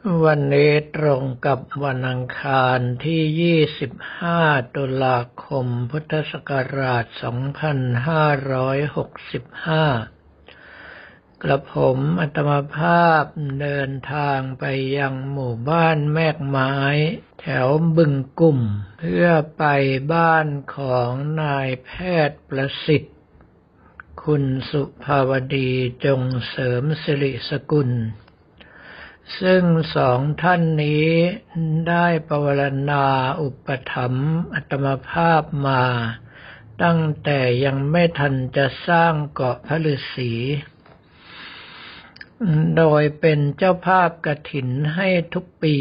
วันนี้ตรงกับวันอังคารที่ 25 ตุลาคม พุทธศักราช 2565 กระผมอาตมาภาพเดินทางไปยังหมู่บ้านแมกไม้แถวบึงกุ่มเพื่อไปบ้านของนายแพทย์ประสิทธิ์คุณสุภาวดีจงเสริมสิริสกุลซึ่งสองท่านนี้ได้ปวารณาอุปถัมภ์อาตมาภาพมาตั้งแต่ยังไม่ทันจะสร้างเกาะพระฤาษีโดยเป็นเจ้าภาพกฐินให้ทุกปี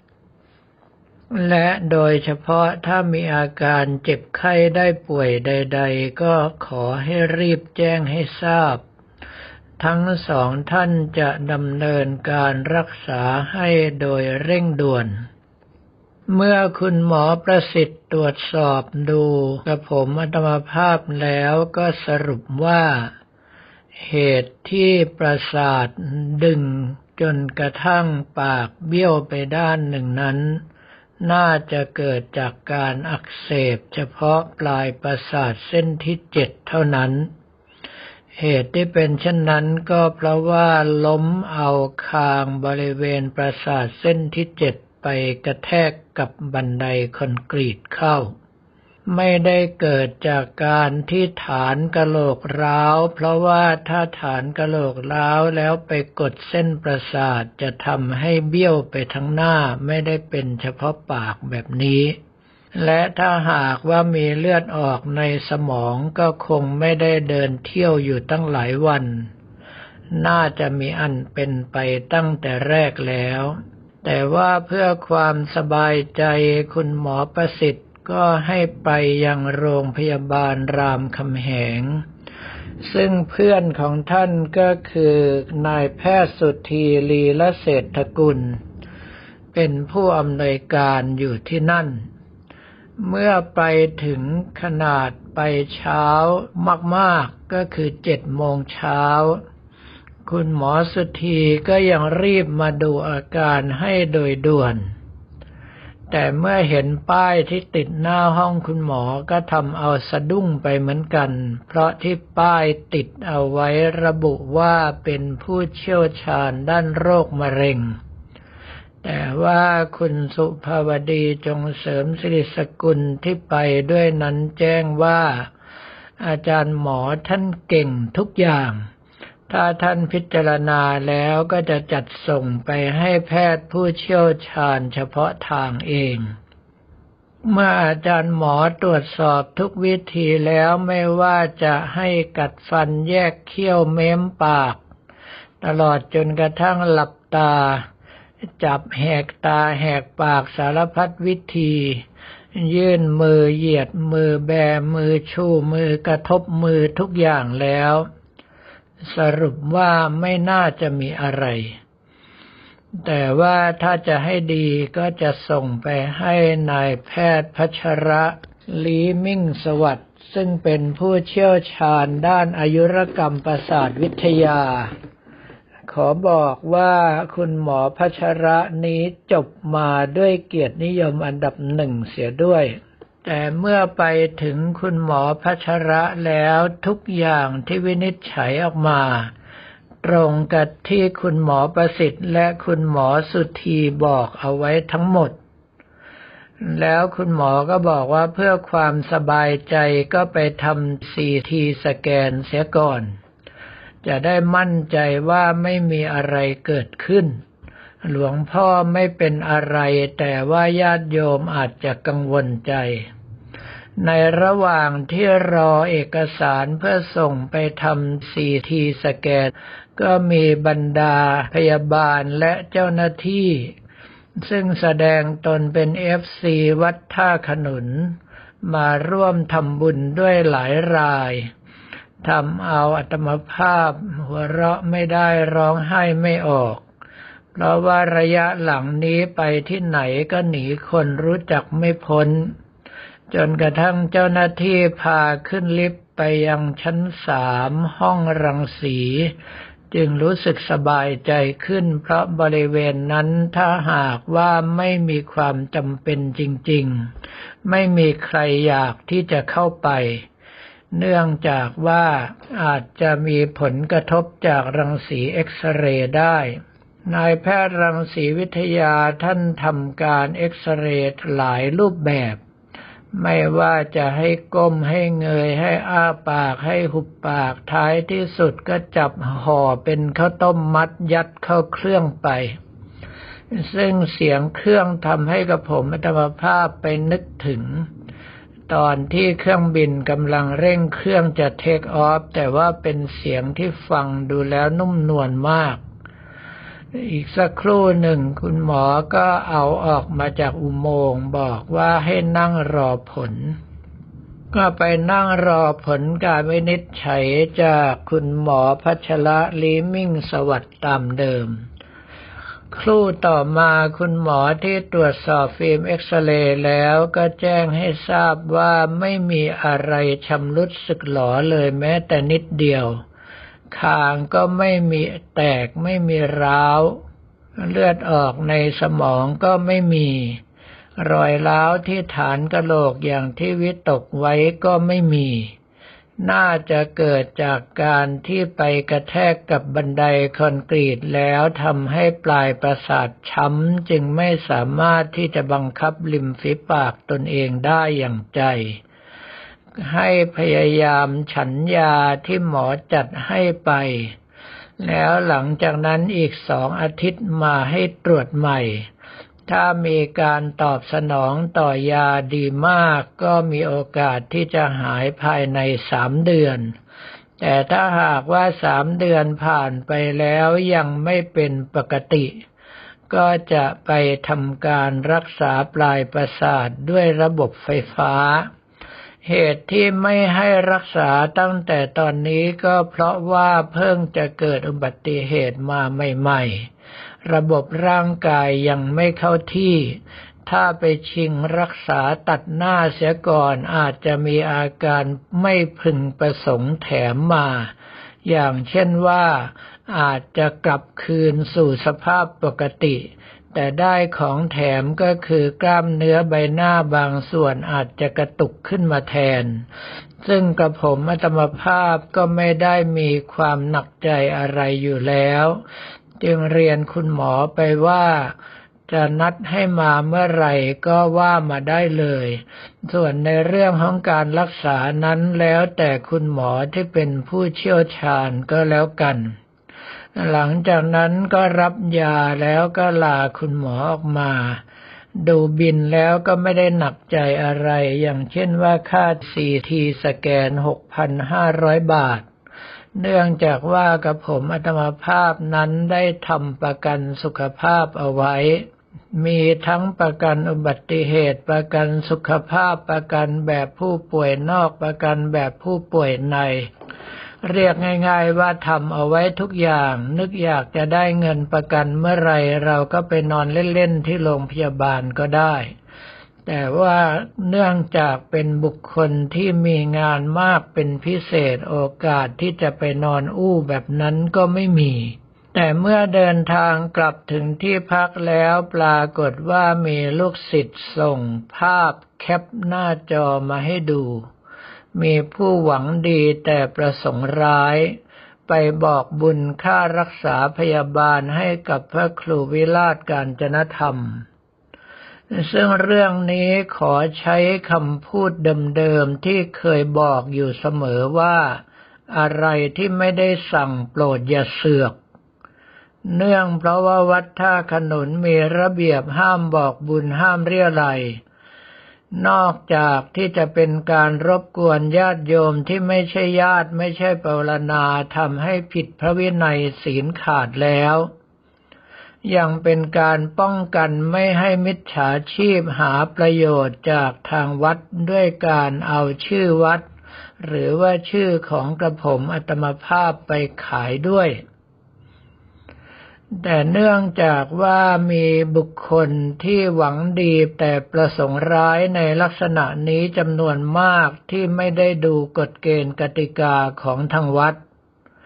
และโดยเฉพาะถ้ามีอาการเจ็บไข้ได้ป่วยใดๆก็ขอให้รีบแจ้งให้ทราบทั้งสองท่านจะดำเนินการรักษาให้โดยเร่งด่วนเมื่อคุณหมอประสิทธิ์ตรวจสอบดูกับผมอาตมาภาพแล้วก็สรุปว่าเหตุที่ประสาทดึงจนกระทั่งปากเบี้ยวไปด้านหนึ่งนั้นน่าจะเกิดจากการอักเสบเฉพาะปลายประสาทเส้นที่7เท่านั้นเหตุที่เป็นเช่นนั้นก็เพราะว่าล้มเอาคางบริเวณประสาทเส้นที่7ไปกระแทกกับบันไดคอนกรีตเข้าไม่ได้เกิดจากการที่ฐานกะโหลกร้าวเพราะว่าถ้าฐานกะโหลกร้าวแล้วไปกดเส้นประสาทจะทำให้เบี้ยวไปทั้งหน้าไม่ได้เป็นเฉพาะปากแบบนี้และถ้าหากว่ามีเลือดออกในสมองก็คงไม่ได้เดินเที่ยวอยู่ตั้งหลายวันน่าจะมีอันเป็นไปตั้งแต่แรกแล้วแต่ว่าเพื่อความสบายใจคุณหมอประสิทธิ์ก็ให้ไปยังโรงพยาบาลรามคำแหงซึ่งเพื่อนของท่านก็คือนายแพทย์สุธีลีละเศรษฐกุลเป็นผู้อำนวยการอยู่ที่นั่นเมื่อไปถึงขนาดไปเช้ามากๆก็คือ7 โมงเช้าคุณหมอสุธีก็ยังรีบมาดูอาการให้โดยด่วนแต่เมื่อเห็นป้ายที่ติดหน้าห้องคุณหมอก็ทำเอาสะดุ้งไปเหมือนกันเพราะที่ป้ายติดเอาไว้ระบุว่าเป็นผู้เชี่ยวชาญด้านโรคมะเร็งแต่ว่าคุณสุภาวดีจงเสริมสิริสกุลที่ไปด้วยนั้นแจ้งว่าอาจารย์หมอท่านเก่งทุกอย่างถ้าท่านพิจารณาแล้วก็จะจัดส่งไปให้แพทย์ผู้เชี่ยวชาญเฉพาะทางเองเมื่ออาจารย์หมอตรวจสอบทุกวิธีแล้วไม่ว่าจะให้กัดฟันแยกเขี้ยวเม้มปากตลอดจนกระทั่งหลับตาจับแหกตาแหกปากสารพัดวิธียื่นมือเหยียดมือแบมือชูมือกระทบมือทุกอย่างแล้วสรุปว่าไม่น่าจะมีอะไรแต่ว่าถ้าจะให้ดีก็จะส่งไปให้นายแพทย์พัชระลีมิ่งสวัสดิ์ซึ่งเป็นผู้เชี่ยวชาญด้านอายุรกรรมประสาทวิทยาขอบอกว่าคุณหมอพัชระนี้จบมาด้วยเกียรตินิยมอันดับ1เสียด้วยแต่เมื่อไปถึงคุณหมอพัชระแล้วทุกอย่างที่วินิจฉัยออกมาตรงกับที่คุณหมอประสิทธิ์และคุณหมอสุธีบอกเอาไว้ทั้งหมดแล้วคุณหมอก็บอกว่าเพื่อความสบายใจก็ไปทำ CT สแกนเสียก่อนจะได้มั่นใจว่าไม่มีอะไรเกิดขึ้นหลวงพ่อไม่เป็นอะไรแต่ว่าญาติโยมอาจจะกังวลใจในระหว่างที่รอเอกสารเพื่อส่งไปทำ CT สแกนก็มีบรรดาพยาบาลและเจ้าหน้าที่ซึ่งแสดงตนเป็น FC วัดท่าขนุนมาร่วมทำบุญด้วยหลายรายทำเอาอาตมาภาพหัวเราะไม่ได้ร้องไห้ไม่ออกเพราะว่าระยะหลังนี้ไปที่ไหนก็หนีคนรู้จักไม่พ้นจนกระทั่งเจ้าหน้าที่พาขึ้นลิฟต์ไปยังชั้น3ห้องรังสีจึงรู้สึกสบายใจขึ้นเพราะบริเวณนั้นถ้าหากว่าไม่มีความจำเป็นจริงๆไม่มีใครอยากที่จะเข้าไปเนื่องจากว่าอาจจะมีผลกระทบจากรังสีเอ็กซเรย์ได้นายแพทย์รังสีวิทยาท่านทำการเอ็กซเรย์หลายรูปแบบไม่ว่าจะให้ก้มให้เงยให้อ้าปากให้หุบปากท้ายที่สุดก็จับห่อเป็นข้าวต้มมัดยัดเข้าเครื่องไปซึ่งเสียงเครื่องทำให้กับผมอัตภาพไปนึกถึงตอนที่เครื่องบินกำลังเร่งเครื่องจะเทคออฟแต่ว่าเป็นเสียงที่ฟังดูแล้วนุ่มนวลมากอีกสักครู่หนึ่งคุณหมอก็เอาออกมาจากอุโมงค์บอกว่าให้นั่งรอผลก็ไปนั่งรอผลการวินิจฉัยจากคุณหมอพัชระลีมิ่งสวัสดิ์ตามเดิมครู่ต่อมาคุณหมอที่ตรวจสอบฟิล์มเอ็กซเรย์แล้วก็แจ้งให้ทราบว่าไม่มีอะไรชำรุดสึกหรอเลยแม้แต่นิดเดียวคางก็ไม่มีแตกไม่มีร้าวเลือดออกในสมองก็ไม่มีรอยร้าวที่ฐานกะโหลกอย่างที่วิตกไว้ก็ไม่มีน่าจะเกิดจากการที่ไปกระแทกกับบันไดคอนกรีตแล้วทำให้ปลายประสาทช้ำจึงไม่สามารถที่จะบังคับริมฝีปากตนเองได้อย่างใจให้พยายามฉันยาที่หมอจัดให้ไปแล้วหลังจากนั้นอีก2 อาทิตย์มาให้ตรวจใหม่ถ้ามีการตอบสนองต่อยาดีมากก็มีโอกาสที่จะหายภายใน3 เดือนแต่ถ้าหากว่า3 เดือนผ่านไปแล้วยังไม่เป็นปกติก็จะไปทำการรักษาปลายประสาทด้วยระบบไฟฟ้าเหตุที่ไม่ให้รักษาตั้งแต่ตอนนี้ก็เพราะว่าเพิ่งจะเกิดอุบัติเหตุมาใหม่ๆระบบร่างกายยังไม่เข้าที่ถ้าไปชิงรักษาตัดหน้าเสียก่อนอาจจะมีอาการไม่พึงประสงค์แถมมาอย่างเช่นว่าอาจจะกลับคืนสู่สภาพปกติแต่ได้ของแถมก็คือกล้ามเนื้อใบหน้าบางส่วนอาจจะกระตุกขึ้นมาแทนซึ่งกระผมอัตมภาพก็ไม่ได้มีความหนักใจอะไรอยู่แล้วจึงเรียนคุณหมอไปว่าจะนัดให้มาเมื่อไหร่ก็ว่ามาได้เลยส่วนในเรื่องของการรักษานั้นแล้วแต่คุณหมอที่เป็นผู้เชี่ยวชาญก็แล้วกันหลังจากนั้นก็รับยาแล้วก็ลาคุณหมอออกมาดูบิลแล้วก็ไม่ได้หนักใจอะไรอย่างเช่นว่าค่า CT สแกน 6,500 บาทเนื่องจากว่ากับผมอัตมภาพนั้นได้ทำประกันสุขภาพเอาไว้มีทั้งประกันอุบัติเหตุประกันสุขภาพประกันแบบผู้ป่วยนอกประกันแบบผู้ป่วยในเรียกง่ายๆว่าทำเอาไว้ทุกอย่างนึกอยากจะได้เงินประกันเมื่อไรเราก็ไปนอนเล่นๆที่โรงพยาบาลก็ได้แต่ว่าเนื่องจากเป็นบุคคลที่มีงานมากเป็นพิเศษโอกาสที่จะไปนอนอู้แบบนั้นก็ไม่มีแต่เมื่อเดินทางกลับถึงที่พักแล้วปรากฏว่ามีลูกศิษย์ส่งภาพแคปหน้าจอมาให้ดูมีผู้หวังดีแต่ประสงค์ร้ายไปบอกบุญค่ารักษาพยาบาลให้กับพระครูวิราชกาญจนธรรมซึ่งเรื่องนี้ขอใช้คำพูดเดิมๆที่เคยบอกอยู่เสมอว่าอะไรที่ไม่ได้สั่งโปรดอย่าเสือกเนื่องเพราะว่าวัดท่าขนุนมีระเบียบห้ามบอกบุญห้ามเรี่ยไรนอกจากที่จะเป็นการรบกวนญาติโยมที่ไม่ใช่ญาติไม่ใช่ปรณาทำให้ผิดพระวินัยศีลขาดแล้วยังเป็นการป้องกันไม่ให้มิจฉาชีพหาประโยชน์จากทางวัดด้วยการเอาชื่อวัดหรือว่าชื่อของกระผมอัตมภาพไปขายด้วยแต่เนื่องจากว่ามีบุคคลที่หวังดีแต่ประสงค์ร้ายในลักษณะนี้จำนวนมากที่ไม่ได้ดูกฎเกณฑ์กติกาของทางวัด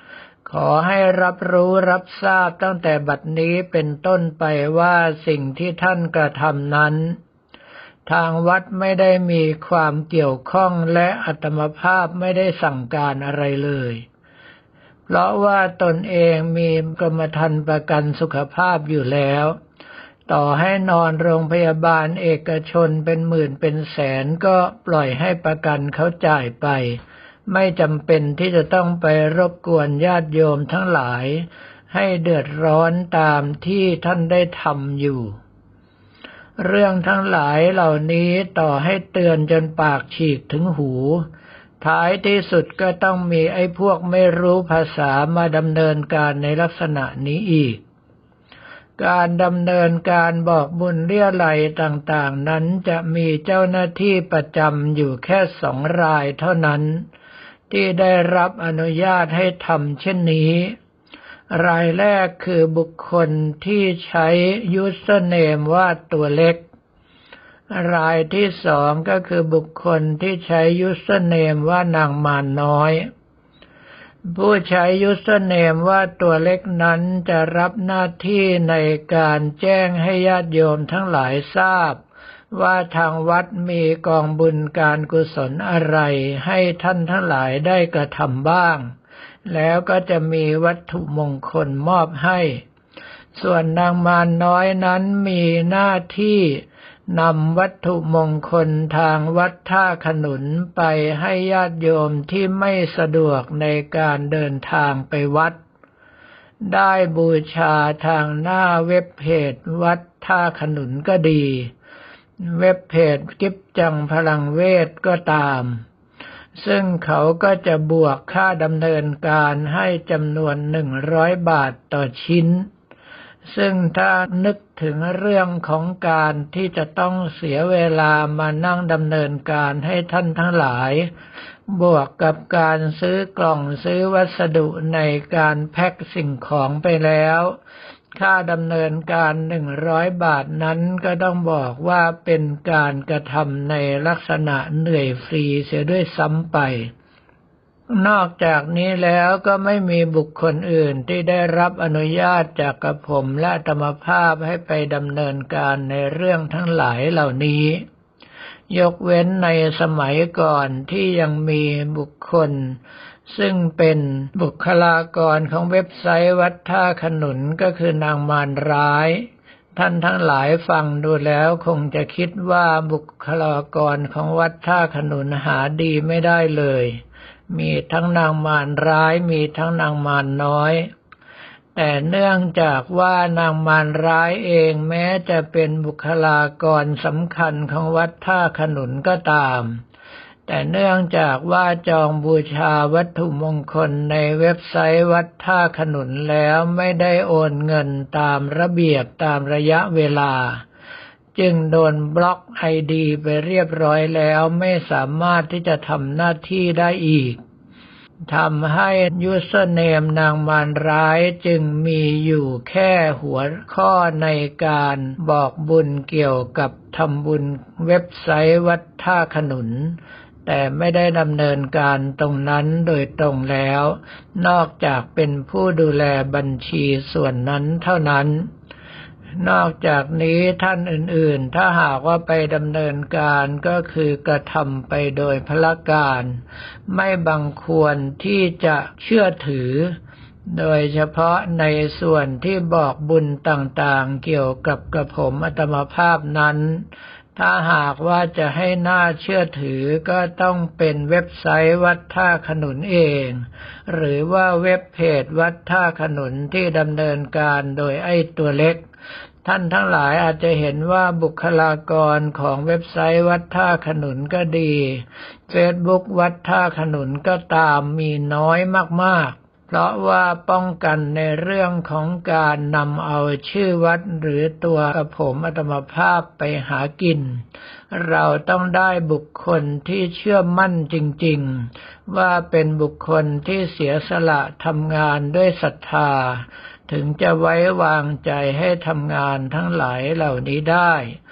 ขอให้รับรู้รับทราบตั้งแต่บัดนี้เป็นต้นไปว่าสิ่งที่ท่านกระทำนั้นทางวัดไม่ได้มีความเกี่ยวข้องและอาตมาภาพไม่ได้สั่งการอะไรเลยเพราะว่าตนเองมีกรมธรรม์ประกันสุขภาพอยู่แล้วต่อให้นอนโรงพยาบาลเอกชนเป็นหมื่นเป็นแสนก็ปล่อยให้ประกันเขาจ่ายไปไม่จำเป็นที่จะต้องไปรบกวนญาติโยมทั้งหลายให้เดือดร้อนตามที่ท่านได้ทำอยู่เรื่องทั้งหลายเหล่านี้ต่อให้เตือนจนปากฉีกถึงหูท้ายที่สุดก็ต้องมีไอ้พวกไม่รู้ภาษามาดำเนินการในลักษณะนี้อีกการดำเนินการบอกบุญเรี่ยไลต่างๆนั้นจะมีเจ้าหน้าที่ประจำอยู่แค่2 รายเท่านั้นที่ได้รับอนุญาตให้ทำเช่นนี้รายแรกคือบุคคลที่ใช้ยูสเนมว่าตัวเล็กรายที่2ก็คือบุคคลที่ใช้ยูสเนมว่านางมารน้อยผู้ใช้ยูสเนมว่าตัวเล็กนั้นจะรับหน้าที่ในการแจ้งให้ญาติโยมทั้งหลายทราบว่าทางวัดมีกองบุญการกุศลอะไรให้ท่านทั้งหลายได้กระทำบ้างแล้วก็จะมีวัตถุมงคลมอบให้ส่วนนางมารน้อยนั้นมีหน้าที่นำวัตถุมงคลทางวัดท่าขนุนไปให้ญาติโยมที่ไม่สะดวกในการเดินทางไปวัดได้บูชาทางหน้าเว็บเพจวัดท่าขนุนก็ดีเว็บเพจกิฟจังพลังเวทก็ตามซึ่งเขาก็จะบวกค่าดำเนินการให้จำนวน100 บาทต่อชิ้นซึ่งถ้านึกถึงเรื่องของการที่จะต้องเสียเวลามานั่งดำเนินการให้ท่านทั้งหลายบวกกับการซื้อกล่องซื้อวัสดุในการแพ็คสิ่งของไปแล้วค่าดำเนินการ100 บาทนั้นก็ต้องบอกว่าเป็นการกระทำในลักษณะเหนื่อยฟรีเสียด้วยซ้ำไปนอกจากนี้แล้วก็ไม่มีบุคคลอื่นที่ได้รับอนุญาตจากกระผมและอาตมาภาพให้ไปดำเนินการในเรื่องทั้งหลายเหล่านี้ยกเว้นในสมัยก่อนที่ยังมีบุคคลซึ่งเป็นบุคลากรของเว็บไซต์วัดท่าขนุนก็คือนางมารร้ายท่านทั้งหลายฟังดูแล้วคงจะคิดว่าบุคลากรของวัดท่าขนุนหาดีไม่ได้เลยมีทั้งนางมารร้ายมีทั้งนางมารน้อยแต่เนื่องจากว่านางมารร้ายเองแม้จะเป็นบุคลากรสำคัญของวัดท่าขนุนก็ตามแต่เนื่องจากว่าจองบูชาวัตถุมงคลในเว็บไซต์วัดท่าขนุนแล้วไม่ได้โอนเงินตามระเบียบตามระยะเวลาจึงโดนบล็อกไอดีไปเรียบร้อยแล้วไม่สามารถที่จะทำหน้าที่ได้อีกทำให้ยูสเนมนางมารร้ายจึงมีอยู่แค่หัวข้อในการบอกบุญเกี่ยวกับทำบุญเว็บไซต์วัดท่าขนุนแต่ไม่ได้ดำเนินการตรงนั้นโดยตรงแล้วนอกจากเป็นผู้ดูแลบัญชีส่วนนั้นเท่านั้นนอกจากนี้ท่านอื่นๆถ้าหากว่าไปดำเนินการก็คือกระทำไปโดยพละการไม่บังควรที่จะเชื่อถือโดยเฉพาะในส่วนที่บอกบุญต่างๆเกี่ยวกับกระผมอาตมาภาพนั้นถ้าหากว่าจะให้น่าเชื่อถือก็ต้องเป็นเว็บไซต์วัดท่าขนุนเองหรือว่าเว็บเพจวัดท่าขนุนที่ดำเนินการโดยไอ้ตัวเล็กท่านทั้งหลายอาจจะเห็นว่าบุคลากรของเว็บไซต์วัดท่าขนุนก็ดี Facebook วัดท่าขนุนก็ตามมีน้อยมากๆเพราะว่าป้องกันในเรื่องของการนำเอาชื่อวัดหรือตัวกระผมอาตมาภาพไปหากินเราต้องได้บุคคลที่เชื่อมั่นจริงๆว่าเป็นบุคคลที่เสียสละทำงานด้วยศรัทธาถึงจะไว้วางใจให้ทำงานทั้งหลายเหล่านี้ได้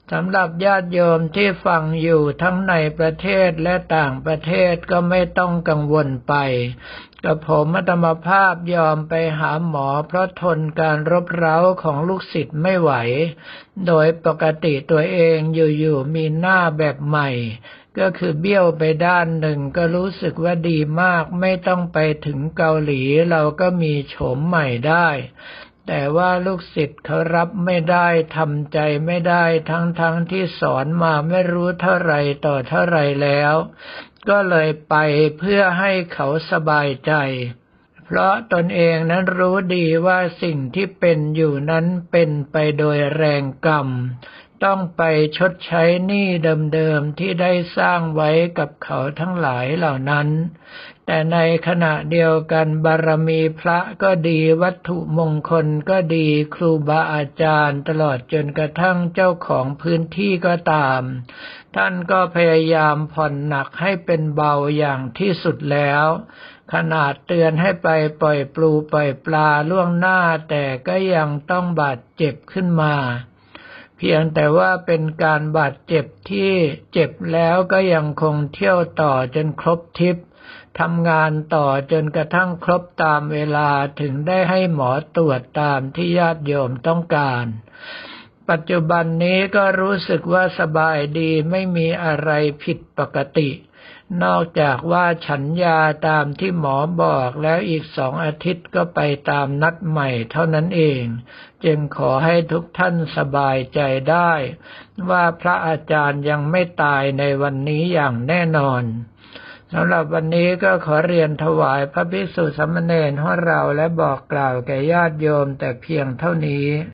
สำหรับญาติโยมที่ฟังอยู่ทั้งในประเทศและต่างประเทศก็ไม่ต้องกังวลไปกับผมอาตมาภาพยอมไปหาหมอเพราะทนการรบเร้าของลูกศิษย์ไม่ไหวโดยปกติตัวเองอยู่ๆมีหน้าแบบใหม่ก็คือเบี้ยวไปด้านหนึ่งก็รู้สึกว่าดีมากไม่ต้องไปถึงเกาหลีเราก็มีโฉมใหม่ได้แต่ว่าลูกศิษย์เขารับไม่ได้ทำใจไม่ได้ทั้งที่สอนมาไม่รู้เท่าไรต่อเท่าไรแล้วก็เลยไปเพื่อให้เขาสบายใจเพราะตนเองนั้นรู้ดีว่าสิ่งที่เป็นอยู่นั้นเป็นไปโดยแรงกรรมต้องไปชดใช้หนี้เดิมๆที่ได้สร้างไว้กับเขาทั้งหลายเหล่านั้นแต่ในขณะเดียวกันบารมีพระก็ดีวัตถุมงคลก็ดีครูบาอาจารย์ตลอดจนกระทั่งเจ้าของพื้นที่ก็ตามท่านก็พยายามผ่อนหนักให้เป็นเบาอย่างที่สุดแล้วขนาดเตือนให้ไปปล่อยปล่อยปลาล่วงหน้าแต่ก็ยังต้องบาดเจ็บขึ้นมาเพียงแต่ว่าเป็นการบาดเจ็บที่เจ็บแล้วก็ยังคงเที่ยวต่อจนครบทริปทำงานต่อจนกระทั่งครบตามเวลาถึงได้ให้หมอตรวจตามที่ญาติโยมต้องการปัจจุบันนี้ก็รู้สึกว่าสบายดีไม่มีอะไรผิดปกตินอกจากว่าฉันยาตามที่หมอบอกแล้วอีก2 อาทิตย์ก็ไปตามนัดใหม่เท่านั้นเองจึงขอให้ทุกท่านสบายใจได้ว่าพระอาจารย์ยังไม่ตายในวันนี้อย่างแน่นอนสำหรับวันนี้ก็ขอเรียนถวายพระภิกษุสามเณรของเราและบอกกล่าวแก่ญาติโยมแต่เพียงเท่านี้